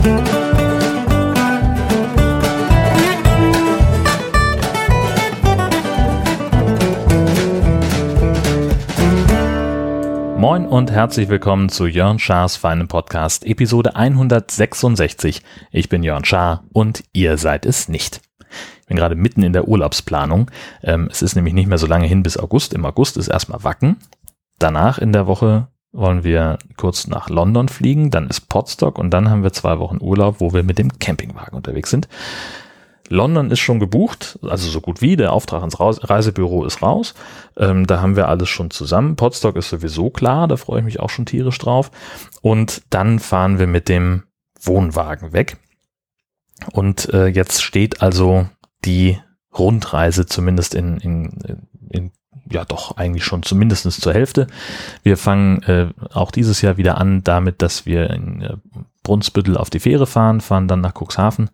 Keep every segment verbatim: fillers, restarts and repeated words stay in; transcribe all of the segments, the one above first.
Moin und herzlich willkommen zu Jörn Schars feinem Podcast, Episode hundertsechsundsechzig. Ich bin Jörn Schaar und ihr seid es nicht. Ich bin gerade mitten in der Urlaubsplanung. Ähm, es ist nämlich nicht mehr so lange hin bis August. Im August ist erstmal Wacken. Danach in der Woche wollen wir kurz nach London fliegen. Dann ist Potsdok und dann haben wir zwei Wochen Urlaub, wo wir mit dem Campingwagen unterwegs sind. London ist schon gebucht, also so gut wie, der Auftrag ins Reisebüro ist raus, ähm, da haben wir alles schon zusammen. Potsdok ist sowieso klar, da freue ich mich auch schon tierisch drauf. Und dann fahren wir mit dem Wohnwagen weg. Und äh, jetzt steht also die Rundreise zumindest in, in, in ja doch eigentlich schon zumindest zur Hälfte. Wir fangen äh, auch dieses Jahr wieder an damit, dass wir in äh, Brunsbüttel auf die Fähre fahren, fahren dann nach Cuxhaven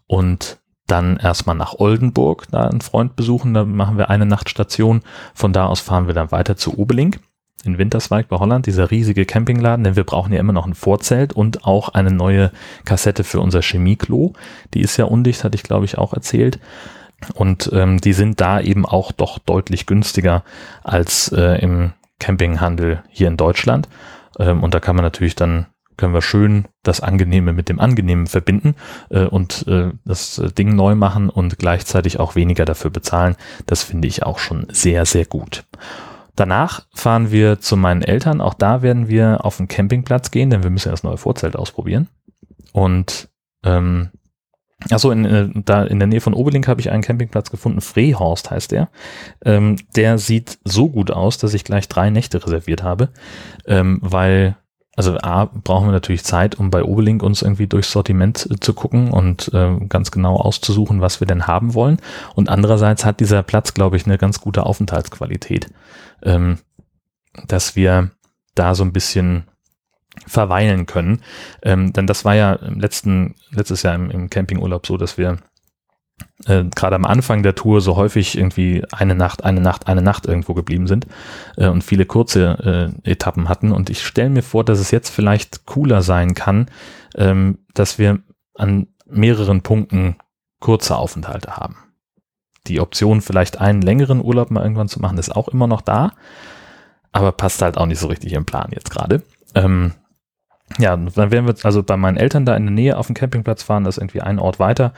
und dann erstmal nach Oldenburg, da einen Freund besuchen, da machen wir eine Nachtstation. Von da aus fahren wir dann weiter zu Obelink in Winterswijk bei Holland, dieser riesige Campingladen, denn wir brauchen ja immer noch ein Vorzelt und auch eine neue Kassette für unser Chemieklo. Die ist ja undicht, hatte ich glaube ich auch erzählt. Und ähm, die sind da eben auch doch deutlich günstiger als äh, im Campinghandel hier in Deutschland. Ähm, und da kann man natürlich dann können wir schön das Angenehme mit dem Angenehmen verbinden äh, und äh, das Ding neu machen und gleichzeitig auch weniger dafür bezahlen. Das finde ich auch schon sehr, sehr gut. Danach fahren wir zu meinen Eltern. Auch da werden wir auf den Campingplatz gehen, denn wir müssen ja das neue Vorzelt ausprobieren. Und ähm, achso, in, äh, da in der Nähe von Obelink habe ich einen Campingplatz gefunden. Frehorst heißt der. Ähm, der sieht so gut aus, dass ich gleich drei Nächte reserviert habe, ähm, weil Also A, brauchen wir natürlich Zeit, um bei Obelink uns irgendwie durchs Sortiment äh, zu gucken und äh, ganz genau auszusuchen, was wir denn haben wollen. Und andererseits hat dieser Platz, glaube ich, eine ganz gute Aufenthaltsqualität, ähm, dass wir da so ein bisschen verweilen können. Ähm, denn das war ja im letzten, letztes Jahr im, im Campingurlaub so, dass wir Äh, gerade am Anfang der Tour so häufig irgendwie eine Nacht, eine Nacht, eine Nacht irgendwo geblieben sind äh, und viele kurze äh, Etappen hatten. Und ich stelle mir vor, dass es jetzt vielleicht cooler sein kann, ähm, dass wir an mehreren Punkten kurze Aufenthalte haben. Die Option, vielleicht einen längeren Urlaub mal irgendwann zu machen, ist auch immer noch da, aber passt halt auch nicht so richtig im Plan jetzt gerade. Ähm, ja, dann werden wir also bei meinen Eltern da in der Nähe auf dem Campingplatz fahren, das ist irgendwie ein Ort weiter.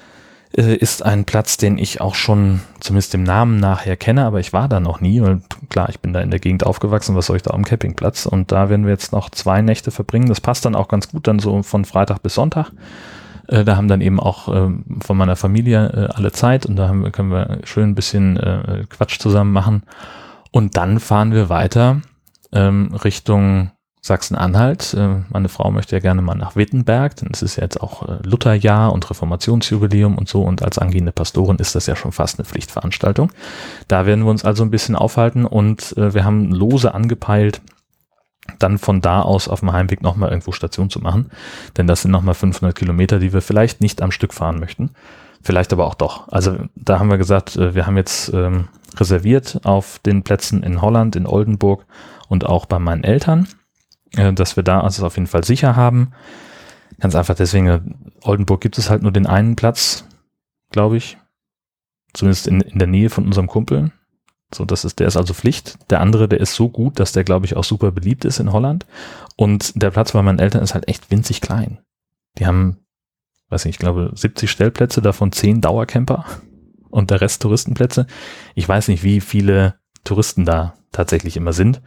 Ist ein Platz, den ich auch schon zumindest dem Namen nachher kenne, aber ich war da noch nie, weil klar, ich bin da in der Gegend aufgewachsen, was soll ich da am Campingplatz, und da werden wir jetzt noch zwei Nächte verbringen, das passt dann auch ganz gut, dann so von Freitag bis Sonntag, äh, da haben dann eben auch äh, von meiner Familie äh, alle Zeit und da haben wir, können wir schön ein bisschen äh, Quatsch zusammen machen und dann fahren wir weiter ähm, Richtung Sachsen-Anhalt. Meine Frau möchte ja gerne mal nach Wittenberg, denn es ist ja jetzt auch Lutherjahr und Reformationsjubiläum und so, und als angehende Pastorin ist das ja schon fast eine Pflichtveranstaltung. Da werden wir uns also ein bisschen aufhalten und wir haben lose angepeilt, dann von da aus auf dem Heimweg nochmal irgendwo Station zu machen, denn das sind nochmal fünfhundert Kilometer, die wir vielleicht nicht am Stück fahren möchten, vielleicht aber auch doch. Also da haben wir gesagt, wir haben jetzt ähm, reserviert auf den Plätzen in Holland, in Oldenburg und auch bei meinen Eltern, dass wir da also auf jeden Fall sicher haben. Ganz einfach deswegen, Oldenburg gibt es halt nur den einen Platz, glaube ich. Zumindest in, in der Nähe von unserem Kumpel. So, das ist, der ist also Pflicht. Der andere, der ist so gut, dass der, glaube ich, auch super beliebt ist in Holland. Und der Platz bei meinen Eltern ist halt echt winzig klein. Die haben, weiß nicht, ich glaube, siebzig Stellplätze, davon zehn Dauercamper und der Rest Touristenplätze. Ich weiß nicht, wie viele Touristen da tatsächlich immer sind.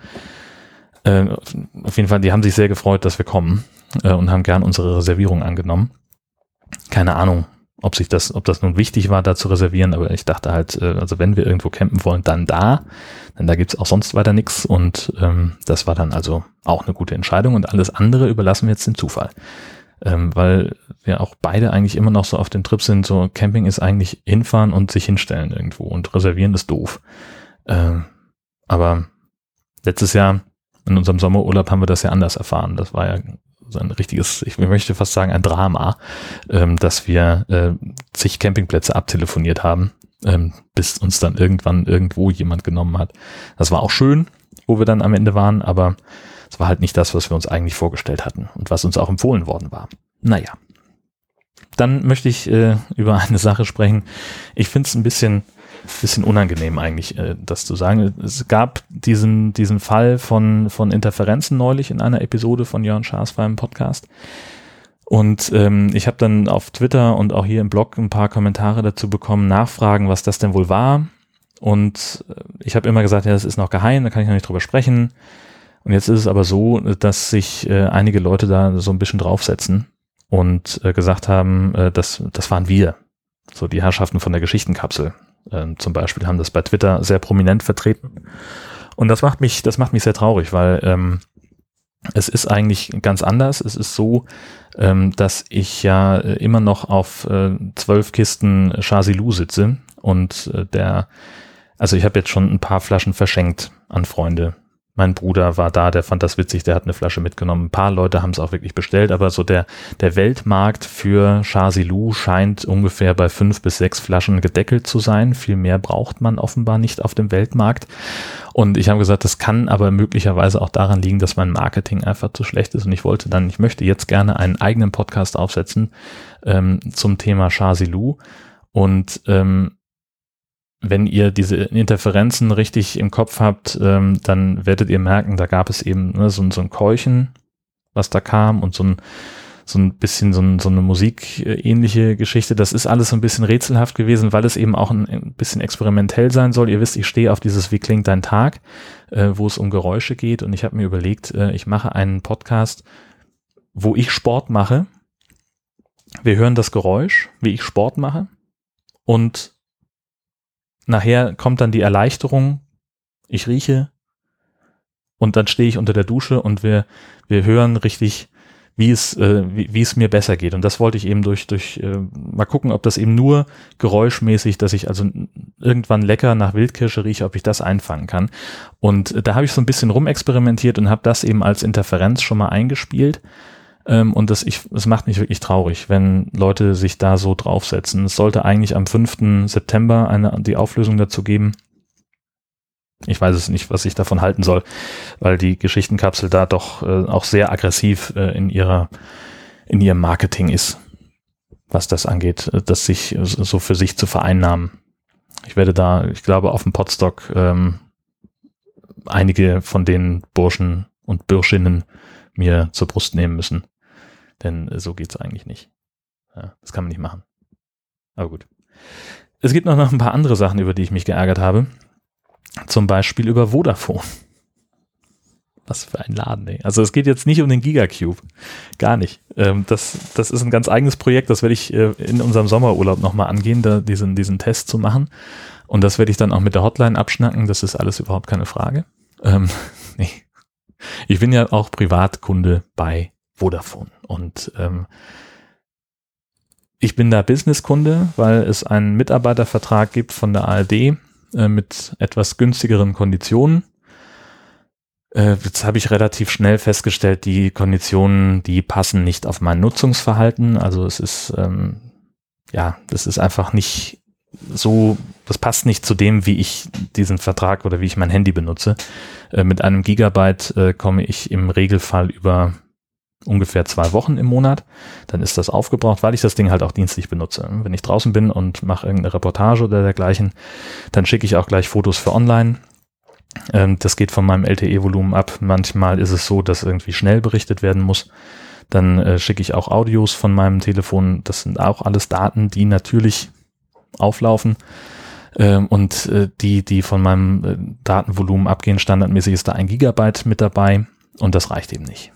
Äh, auf jeden Fall, die haben sich sehr gefreut, dass wir kommen äh, und haben gern unsere Reservierung angenommen. Keine Ahnung, ob sich das, ob das nun wichtig war, da zu reservieren, aber ich dachte halt, äh, also wenn wir irgendwo campen wollen, dann da, denn da gibt's auch sonst weiter nichts und ähm, das war dann also auch eine gute Entscheidung und alles andere überlassen wir jetzt dem Zufall. Ähm, weil wir auch beide eigentlich immer noch so auf den Trip sind, so Camping ist eigentlich hinfahren und sich hinstellen irgendwo und reservieren ist doof. Ähm, aber letztes Jahr in unserem Sommerurlaub haben wir das ja anders erfahren. Das war ja so ein richtiges, ich möchte fast sagen ein Drama, ähm, dass wir äh, zig Campingplätze abtelefoniert haben, ähm, bis uns dann irgendwann irgendwo jemand genommen hat. Das war auch schön, wo wir dann am Ende waren, aber es war halt nicht das, was wir uns eigentlich vorgestellt hatten und was uns auch empfohlen worden war. Naja, dann möchte ich äh, über eine Sache sprechen. Ich finde es ein bisschen, bisschen unangenehm eigentlich, äh, das zu sagen. Es gab diesen, diesen Fall von, von Interferenzen neulich in einer Episode von Jörn Schaas feinem Podcast. Und ähm, ich habe dann auf Twitter und auch hier im Blog ein paar Kommentare dazu bekommen, Nachfragen, was das denn wohl war. Und ich habe immer gesagt, ja, das ist noch geheim, da kann ich noch nicht drüber sprechen. Und jetzt ist es aber so, dass sich äh, einige Leute da so ein bisschen draufsetzen und äh, gesagt haben, äh, das, das waren wir. So die Herrschaften von der Geschichtenkapsel äh, zum Beispiel haben das bei Twitter sehr prominent vertreten. Und das macht mich, das macht mich sehr traurig, weil ähm, es ist eigentlich ganz anders. Es ist so, ähm, dass ich ja äh, immer noch auf äh, zwölf Kisten Char-Silu sitze und äh, der, also ich habe jetzt schon ein paar Flaschen verschenkt an Freunde. Mein Bruder war da, der fand das witzig, der hat eine Flasche mitgenommen. Ein paar Leute haben es auch wirklich bestellt, aber so der der Weltmarkt für Char-Silu scheint ungefähr bei fünf bis sechs Flaschen gedeckelt zu sein. Viel mehr braucht man offenbar nicht auf dem Weltmarkt. Und ich habe gesagt, das kann aber möglicherweise auch daran liegen, dass mein Marketing einfach zu schlecht ist. Und ich wollte dann, ich möchte jetzt gerne einen eigenen Podcast aufsetzen ähm, zum Thema Char-Silu. Und ähm, wenn ihr diese Interferenzen richtig im Kopf habt, ähm, dann werdet ihr merken, da gab es eben ne, so, so ein Keuchen, was da kam und so ein, so ein bisschen so, ein, so eine musikähnliche Geschichte. Das ist alles so ein bisschen rätselhaft gewesen, weil es eben auch ein, ein bisschen experimentell sein soll. Ihr wisst, ich stehe auf dieses Wie klingt dein Tag, äh, wo es um Geräusche geht und ich habe mir überlegt, äh, ich mache einen Podcast, wo ich Sport mache. Wir hören das Geräusch, wie ich Sport mache und nachher kommt dann die Erleichterung, ich rieche und dann stehe ich unter der Dusche und wir wir hören richtig, wie es äh, wie, wie es mir besser geht. Und das wollte ich eben durch, durch äh, mal gucken, ob das eben nur geräuschmäßig, dass ich also irgendwann lecker nach Wildkirsche rieche, ob ich das einfangen kann. Und äh, da habe ich so ein bisschen rumexperimentiert und habe das eben als Interferenz schon mal eingespielt. Ähm, und das, ich, das macht mich wirklich traurig, wenn Leute sich da so draufsetzen. Es sollte eigentlich am fünften September eine, die Auflösung dazu geben. Ich weiß es nicht, was ich davon halten soll, weil die Geschichtenkapsel da doch äh, auch sehr aggressiv äh, in ihrer, in ihrem Marketing ist, was das angeht, das sich so für sich zu vereinnahmen. Ich werde da, ich glaube, auf dem Podstock ähm, einige von den Burschen und Bürschinnen mir zur Brust nehmen müssen. Denn so geht's eigentlich nicht. Ja, das kann man nicht machen. Aber gut. Es gibt noch, noch ein paar andere Sachen, über die ich mich geärgert habe. Zum Beispiel über Vodafone. Was für ein Laden, ey. Also es geht jetzt nicht um den Gigacube. Gar nicht. Ähm, das, das ist ein ganz eigenes Projekt. Das werde ich äh, in unserem Sommerurlaub nochmal angehen, da diesen, diesen Test zu machen. Und das werde ich dann auch mit der Hotline abschnacken. Das ist alles überhaupt keine Frage. Ähm, nee. Ich bin ja auch Privatkunde bei Vodafone und ähm, ich bin da Businesskunde, weil es einen Mitarbeitervertrag gibt von der A R D äh, mit etwas günstigeren Konditionen. Äh, jetzt habe ich relativ schnell festgestellt, die Konditionen, die passen nicht auf mein Nutzungsverhalten. Also es ist, ähm, ja, das ist einfach nicht so, das passt nicht zu dem, wie ich diesen Vertrag oder wie ich mein Handy benutze. Äh, mit einem Gigabyte äh, komme ich im Regelfall über ungefähr zwei Wochen im Monat. Dann ist das aufgebraucht, weil ich das Ding halt auch dienstlich benutze. Wenn ich draußen bin und mache irgendeine Reportage oder dergleichen, dann schicke ich auch gleich Fotos für online. Ähm, das geht von meinem L T E-Volumen ab. Manchmal ist es so, dass irgendwie schnell berichtet werden muss. Dann äh, schicke ich auch Audios von meinem Telefon. Das sind auch alles Daten, die natürlich auflaufen. Ähm, und äh, die, die von meinem äh, Datenvolumen abgehen, standardmäßig ist da ein Gigabyte mit dabei und das reicht eben nicht.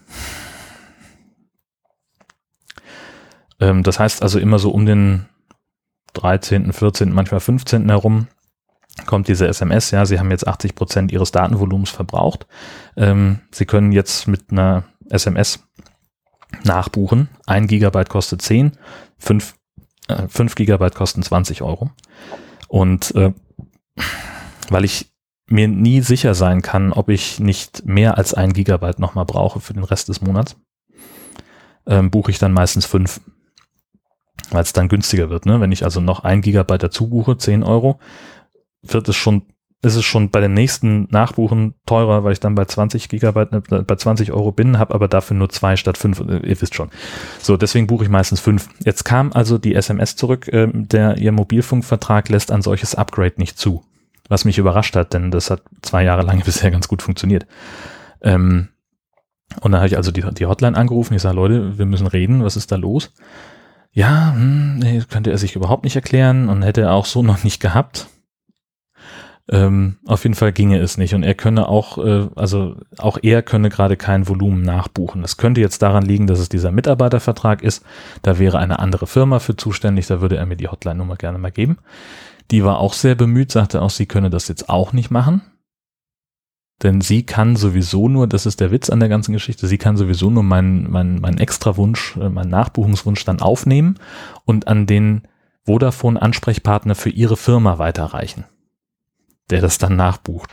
Ähm, das heißt also immer so um den dreizehnten, vierzehnten, manchmal fünfzehnten herum kommt diese S M S, ja, Sie haben jetzt achtzig Prozent Ihres Datenvolumens verbraucht. Ähm, Sie können jetzt mit einer S M S nachbuchen. Ein Gigabyte kostet zehn, fünf, äh, fünf Gigabyte kosten zwanzig Euro. Und äh, weil ich mir nie sicher sein kann, ob ich nicht mehr als ein Gigabyte nochmal brauche für den Rest des Monats, ähm, buche ich dann meistens fünf, weil es dann günstiger wird. Ne? Wenn ich also noch ein Gigabyte dazu buche, zehn Euro, wird es schon ist es schon bei dem nächsten Nachbuchen teurer, weil ich dann bei zwanzig Gigabyte, äh, bei zwanzig Euro bin, habe aber dafür nur zwei statt fünf, äh, ihr wisst schon. So, deswegen buche ich meistens fünf. Jetzt kam also die S M S zurück, äh, der ihr Mobilfunkvertrag lässt ein solches Upgrade nicht zu. Was mich überrascht hat, denn das hat zwei Jahre lang bisher ganz gut funktioniert. Ähm, und dann habe ich also die, die Hotline angerufen, ich sage, Leute, wir müssen reden, was ist da los? Ja, hm, nee, könnte er sich überhaupt nicht erklären und hätte er auch so noch nicht gehabt. Ähm, auf jeden Fall ginge es nicht und er könne auch, äh, also auch er könne gerade kein Volumen nachbuchen. Das könnte jetzt daran liegen, dass es dieser Mitarbeitervertrag ist. Da wäre eine andere Firma für zuständig, da würde er mir die Hotline-Nummer gerne mal geben. Die war auch sehr bemüht, sagte auch, sie könne das jetzt auch nicht machen. Denn sie kann sowieso nur, das ist der Witz an der ganzen Geschichte, sie kann sowieso nur meinen mein, mein Extrawunsch, meinen Nachbuchungswunsch dann aufnehmen und an den Vodafone-Ansprechpartner für ihre Firma weiterreichen, der das dann nachbucht.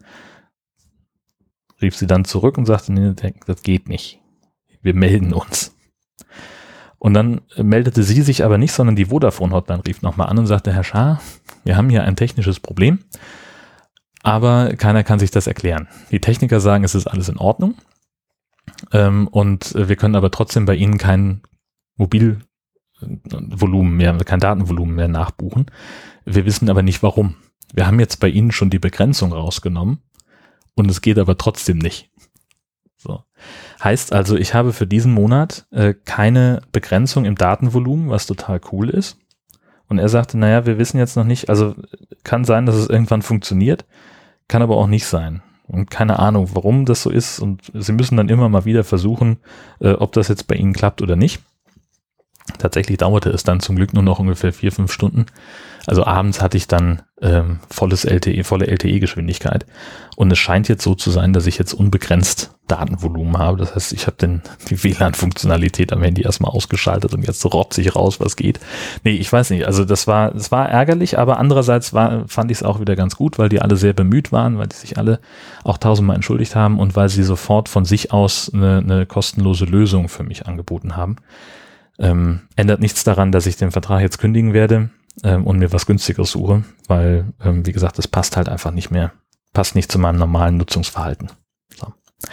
Rief sie dann zurück und sagte, nee, das geht nicht. Wir melden uns. Und dann meldete sie sich aber nicht, sondern die Vodafone-Hotline rief nochmal an und sagte, Herr Schaar, wir haben hier ein technisches Problem, aber keiner kann sich das erklären. Die Techniker sagen, es ist alles in Ordnung ähm, und wir können aber trotzdem bei Ihnen kein Mobilvolumen mehr, kein Datenvolumen mehr nachbuchen. Wir wissen aber nicht, warum. Wir haben jetzt bei Ihnen schon die Begrenzung rausgenommen und es geht aber trotzdem nicht. So. Heißt also, ich habe für diesen Monat äh, keine Begrenzung im Datenvolumen, was total cool ist. Und er sagte, naja, wir wissen jetzt noch nicht, also kann sein, dass es irgendwann funktioniert, kann aber auch nicht sein. Und keine Ahnung, warum das so ist und Sie müssen dann immer mal wieder versuchen, äh, ob das jetzt bei Ihnen klappt oder nicht. Tatsächlich dauerte es dann zum Glück nur noch ungefähr vier, fünf Stunden. Also abends hatte ich dann ähm, volles L T E, volle L T E-Geschwindigkeit. Und es scheint jetzt so zu sein, dass ich jetzt unbegrenzt Datenvolumen habe. Das heißt, ich habe dann die W L A N-Funktionalität am Handy erstmal ausgeschaltet und jetzt rotze ich raus, was geht. Nee, ich weiß nicht. Also das war, das war ärgerlich, aber andererseits war, fand ich es auch wieder ganz gut, weil die alle sehr bemüht waren, weil die sich alle auch tausendmal entschuldigt haben und weil sie sofort von sich aus eine, eine kostenlose Lösung für mich angeboten haben. Ähm, ändert nichts daran, dass ich den Vertrag jetzt kündigen werde ähm, und mir was Günstigeres suche, weil, ähm, wie gesagt, das passt halt einfach nicht mehr, passt nicht zu meinem normalen Nutzungsverhalten. So.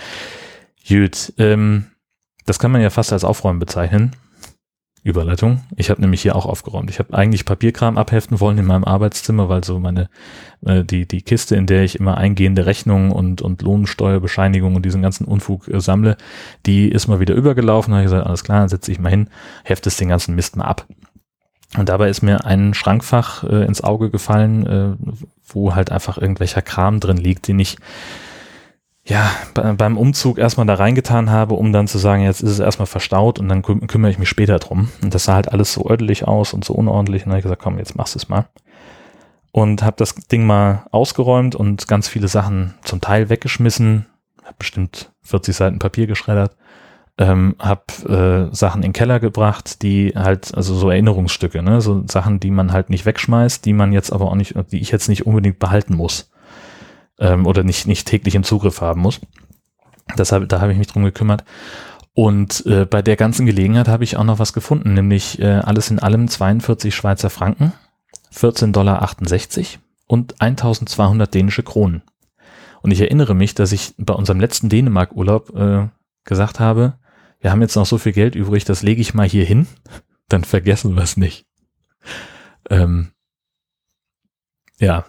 Gut, ähm, das kann man ja fast als Aufräumen bezeichnen. Überleitung. Ich habe nämlich hier auch aufgeräumt. Ich habe eigentlich Papierkram abheften wollen in meinem Arbeitszimmer, weil so meine äh, die die Kiste, in der ich immer eingehende Rechnungen und und Lohnsteuerbescheinigungen und diesen ganzen Unfug äh, sammle, die ist mal wieder übergelaufen. Da habe ich gesagt, alles klar, dann setze ich mal hin, heftest den ganzen Mist mal ab. Und dabei ist mir ein Schrankfach äh, ins Auge gefallen, äh, wo halt einfach irgendwelcher Kram drin liegt, den ich ja, bei, beim Umzug erstmal da reingetan habe, um dann zu sagen, jetzt ist es erstmal verstaut und dann küm- kümmere ich mich später drum. Und das sah halt alles so ödelig aus und so unordentlich. Und dann habe ich gesagt, komm, jetzt machst du es mal. Und habe das Ding mal ausgeräumt und ganz viele Sachen zum Teil weggeschmissen. Habe bestimmt vierzig Seiten Papier geschreddert. Ähm, habe äh, Sachen in den Keller gebracht, die halt, also so Erinnerungsstücke, ne, so Sachen, die man halt nicht wegschmeißt, die man jetzt aber auch nicht, die ich jetzt nicht unbedingt behalten muss. Oder nicht nicht täglich im Zugriff haben muss. Deshalb, da habe ich mich drum gekümmert. Und äh, bei der ganzen Gelegenheit habe ich auch noch was gefunden, nämlich äh, alles in allem zweiundvierzig Schweizer Franken, vierzehn Dollar achtundsechzig und eintausendzweihundert dänische Kronen. Und ich erinnere mich, dass ich bei unserem letzten Dänemark-Urlaub äh, gesagt habe, wir haben jetzt noch so viel Geld übrig, das lege ich mal hier hin, dann vergessen wir es nicht. Ähm, ja,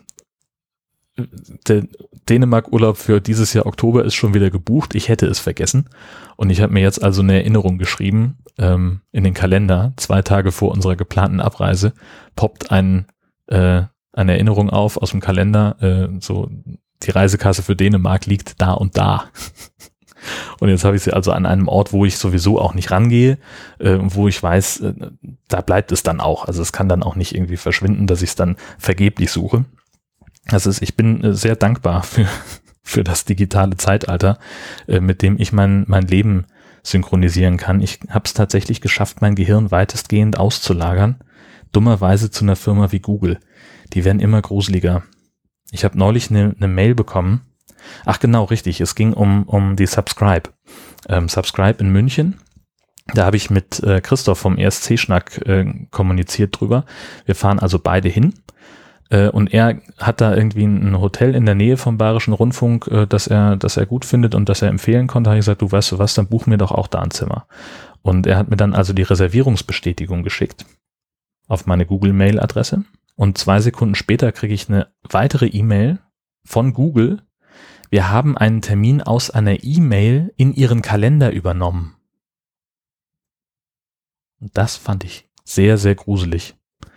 der Dänemark-Urlaub für dieses Jahr Oktober ist schon wieder gebucht. Ich hätte es vergessen. Und ich habe mir jetzt also eine Erinnerung geschrieben ähm, in den Kalender. Zwei Tage vor unserer geplanten Abreise poppt ein, äh, eine Erinnerung auf aus dem Kalender. Äh, so, die Reisekasse für Dänemark liegt da und da. Und jetzt habe ich sie also an einem Ort, wo ich sowieso auch nicht rangehe, äh, wo ich weiß, äh, da bleibt es dann auch. Also es kann dann auch nicht irgendwie verschwinden, dass ich es dann vergeblich suche. Das ist, ich bin sehr dankbar für, für das digitale Zeitalter, äh, mit dem ich mein, mein Leben synchronisieren kann. Ich habe es tatsächlich geschafft, mein Gehirn weitestgehend auszulagern. Dummerweise zu einer Firma wie Google. Die werden immer gruseliger. Ich habe neulich eine, eine Mail bekommen. Ach genau, richtig. Es ging um, um die Subscribe. Ähm, Subscribe in München. Da habe ich mit äh, Christoph vom E S C-Schnack äh, kommuniziert drüber. Wir fahren also beide hin. Äh, und er hat da irgendwie ein Hotel in der Nähe vom Bayerischen Rundfunk, äh, das er, das er gut findet und das er empfehlen konnte. Da habe ich gesagt, du weißt du was, dann buch mir doch auch da ein Zimmer. Und er hat mir dann also die Reservierungsbestätigung geschickt auf meine Google-Mail-Adresse. Und zwei Sekunden später kriege ich eine weitere E-Mail von Google. Wir haben einen Termin aus einer E-Mail in Ihren Kalender übernommen. Und das fand ich sehr, sehr gruselig.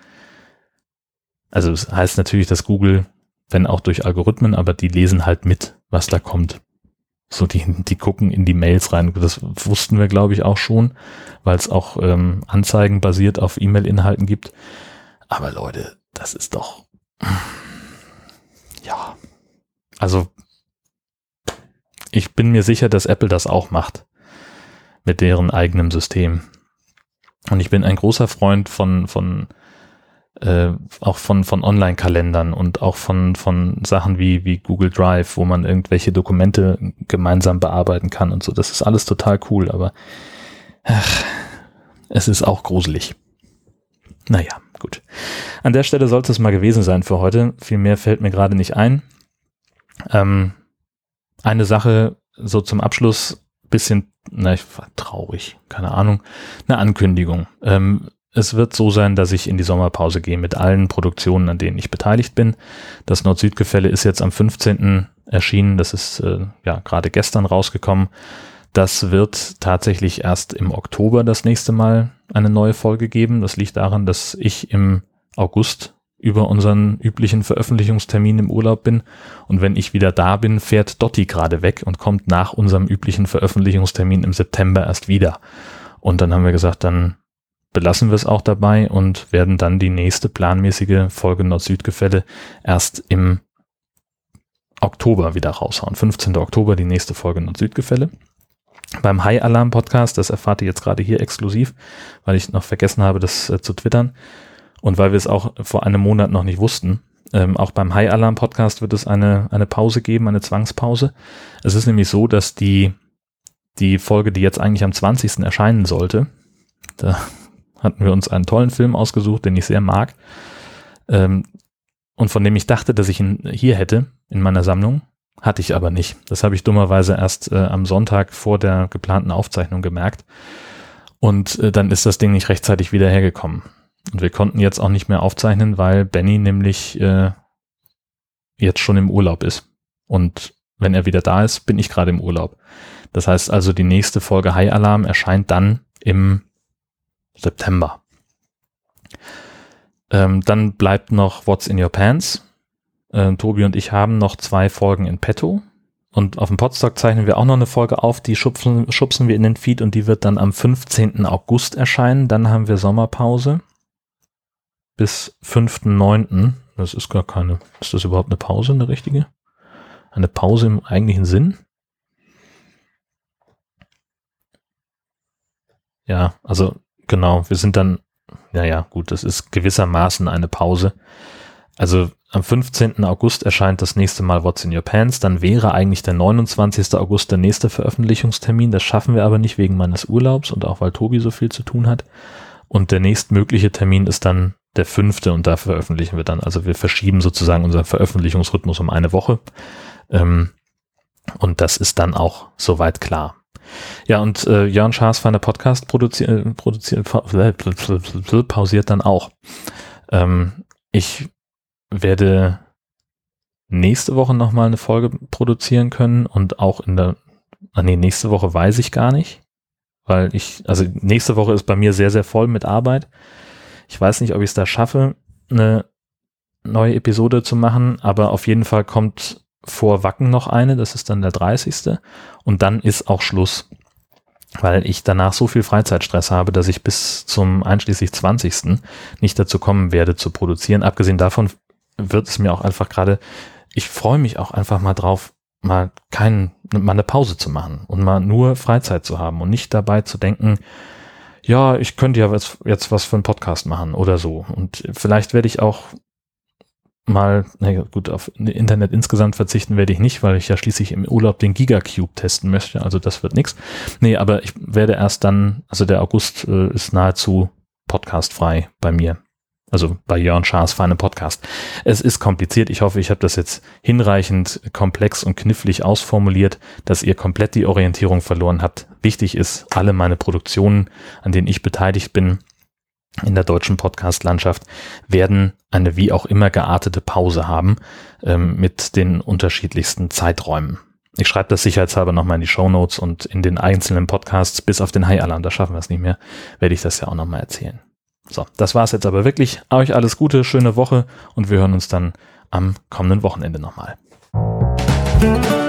Also es heißt natürlich, dass Google, wenn auch durch Algorithmen, aber die lesen halt mit, was da kommt. So, die, die gucken in die Mails rein. Das wussten wir, glaube ich, auch schon, weil es auch ähm, Anzeigen basiert auf E-Mail-Inhalten gibt. Aber Leute, das ist doch, ja, also ich bin mir sicher, dass Apple das auch macht mit deren eigenem System. Und ich bin ein großer Freund von, von äh, auch von, von Online-Kalendern und auch von, von Sachen wie, wie Google Drive, wo man irgendwelche Dokumente gemeinsam bearbeiten kann und so. Das ist alles total cool, aber ach, es ist auch gruselig. Naja, gut. An der Stelle sollte es mal gewesen sein für heute. Viel mehr fällt mir gerade nicht ein. Ähm, eine Sache so zum Abschluss, bisschen, na, ich war traurig, keine Ahnung, eine Ankündigung. Ähm, es wird so sein, dass ich in die Sommerpause gehe mit allen Produktionen, an denen ich beteiligt bin. Das Nord-Süd-Gefälle ist jetzt am fünfzehnten erschienen. Das ist äh, ja gerade gestern rausgekommen. Das wird tatsächlich erst im Oktober das nächste Mal eine neue Folge geben. Das liegt daran, dass ich im August über unseren üblichen Veröffentlichungstermin im Urlaub bin. Und wenn ich wieder da bin, fährt Dotti gerade weg und kommt nach unserem üblichen Veröffentlichungstermin im September erst wieder. Und dann haben wir gesagt, dann belassen wir es auch dabei und werden dann die nächste planmäßige Folge Nord-Süd-Gefälle erst im Oktober wieder raushauen. fünfzehnten Oktober die nächste Folge Nord-Süd-Gefälle. Beim High Alarm Podcast, das erfahrt ihr jetzt gerade hier exklusiv, weil ich noch vergessen habe, das äh, zu twittern und weil wir es auch vor einem Monat noch nicht wussten. Ähm, auch beim High Alarm Podcast wird es eine, eine Pause geben, eine Zwangspause. Es ist nämlich so, dass die, die Folge, die jetzt eigentlich am zwanzigsten erscheinen sollte, da hatten wir uns einen tollen Film ausgesucht, den ich sehr mag, ähm, und von dem ich dachte, dass ich ihn hier hätte in meiner Sammlung. Hatte ich aber nicht. Das habe ich dummerweise erst äh, am Sonntag vor der geplanten Aufzeichnung gemerkt. Und äh, dann ist das Ding nicht rechtzeitig wieder hergekommen. Und wir konnten jetzt auch nicht mehr aufzeichnen, weil Benny nämlich äh, jetzt schon im Urlaub ist. Und wenn er wieder da ist, bin ich gerade im Urlaub. Das heißt also, die nächste Folge High Alarm erscheint dann im September. Ähm, dann bleibt noch What's in Your Pants. Äh, Tobi und ich haben noch zwei Folgen in petto und auf dem Podstock zeichnen wir auch noch eine Folge auf, die schubsen, schubsen wir in den Feed und die wird dann am fünfzehnten August erscheinen. Dann haben wir Sommerpause bis fünften neunten Das ist gar keine, ist das überhaupt eine Pause, eine richtige? Eine Pause im eigentlichen Sinn? Ja, also genau, wir sind dann, naja gut, das ist gewissermaßen eine Pause. Also am fünfzehnten August erscheint das nächste Mal What's in Your Pants, dann wäre eigentlich der neunundzwanzigsten August der nächste Veröffentlichungstermin, das schaffen wir aber nicht wegen meines Urlaubs und auch weil Tobi so viel zu tun hat. Und der nächstmögliche Termin ist dann der fünfte und da veröffentlichen wir dann, also wir verschieben sozusagen unseren Veröffentlichungsrhythmus um eine Woche ähm, und das ist dann auch soweit klar. Ja, und äh, Jörn Schaas feiner Podcast produziert, produziert, pausiert dann auch. Ähm, ich werde nächste Woche nochmal eine Folge produzieren können und auch in der, ah nee, nächste Woche weiß ich gar nicht, weil ich, also nächste Woche ist bei mir sehr, sehr voll mit Arbeit. Ich weiß nicht, ob ich es da schaffe, eine neue Episode zu machen, aber auf jeden Fall kommt vor Wacken noch eine, das ist dann der dreißigste und dann ist auch Schluss, weil ich danach so viel Freizeitstress habe, dass ich bis zum einschließlich zwanzigsten nicht dazu kommen werde zu produzieren. Abgesehen davon wird es mir auch einfach gerade, ich freue mich auch einfach mal drauf, mal kein, mal eine Pause zu machen und mal nur Freizeit zu haben und nicht dabei zu denken, ja, ich könnte ja was, jetzt was für einen Podcast machen oder so. Und vielleicht werde ich auch mal, na gut, auf Internet insgesamt verzichten werde ich nicht, weil ich ja schließlich im Urlaub den Gigacube testen möchte, also das wird nichts. Nee, aber ich werde erst dann, also der August äh, ist nahezu podcastfrei bei mir. Also bei Jörn Schaas feinem Podcast. Es ist kompliziert. Ich hoffe, ich habe das jetzt hinreichend komplex und knifflig ausformuliert, dass ihr komplett die Orientierung verloren habt. Wichtig ist, alle meine Produktionen, an denen ich beteiligt bin, in der deutschen Podcast-Landschaft, werden eine wie auch immer geartete Pause haben ähm, mit den unterschiedlichsten Zeiträumen. Ich schreibe das sicherheitshalber nochmal in die Shownotes und in den einzelnen Podcasts, bis auf den High-Alarm, da schaffen wir es nicht mehr, werde ich das ja auch nochmal erzählen. So, das war's jetzt aber wirklich. Euch alles Gute, schöne Woche und wir hören uns dann am kommenden Wochenende nochmal.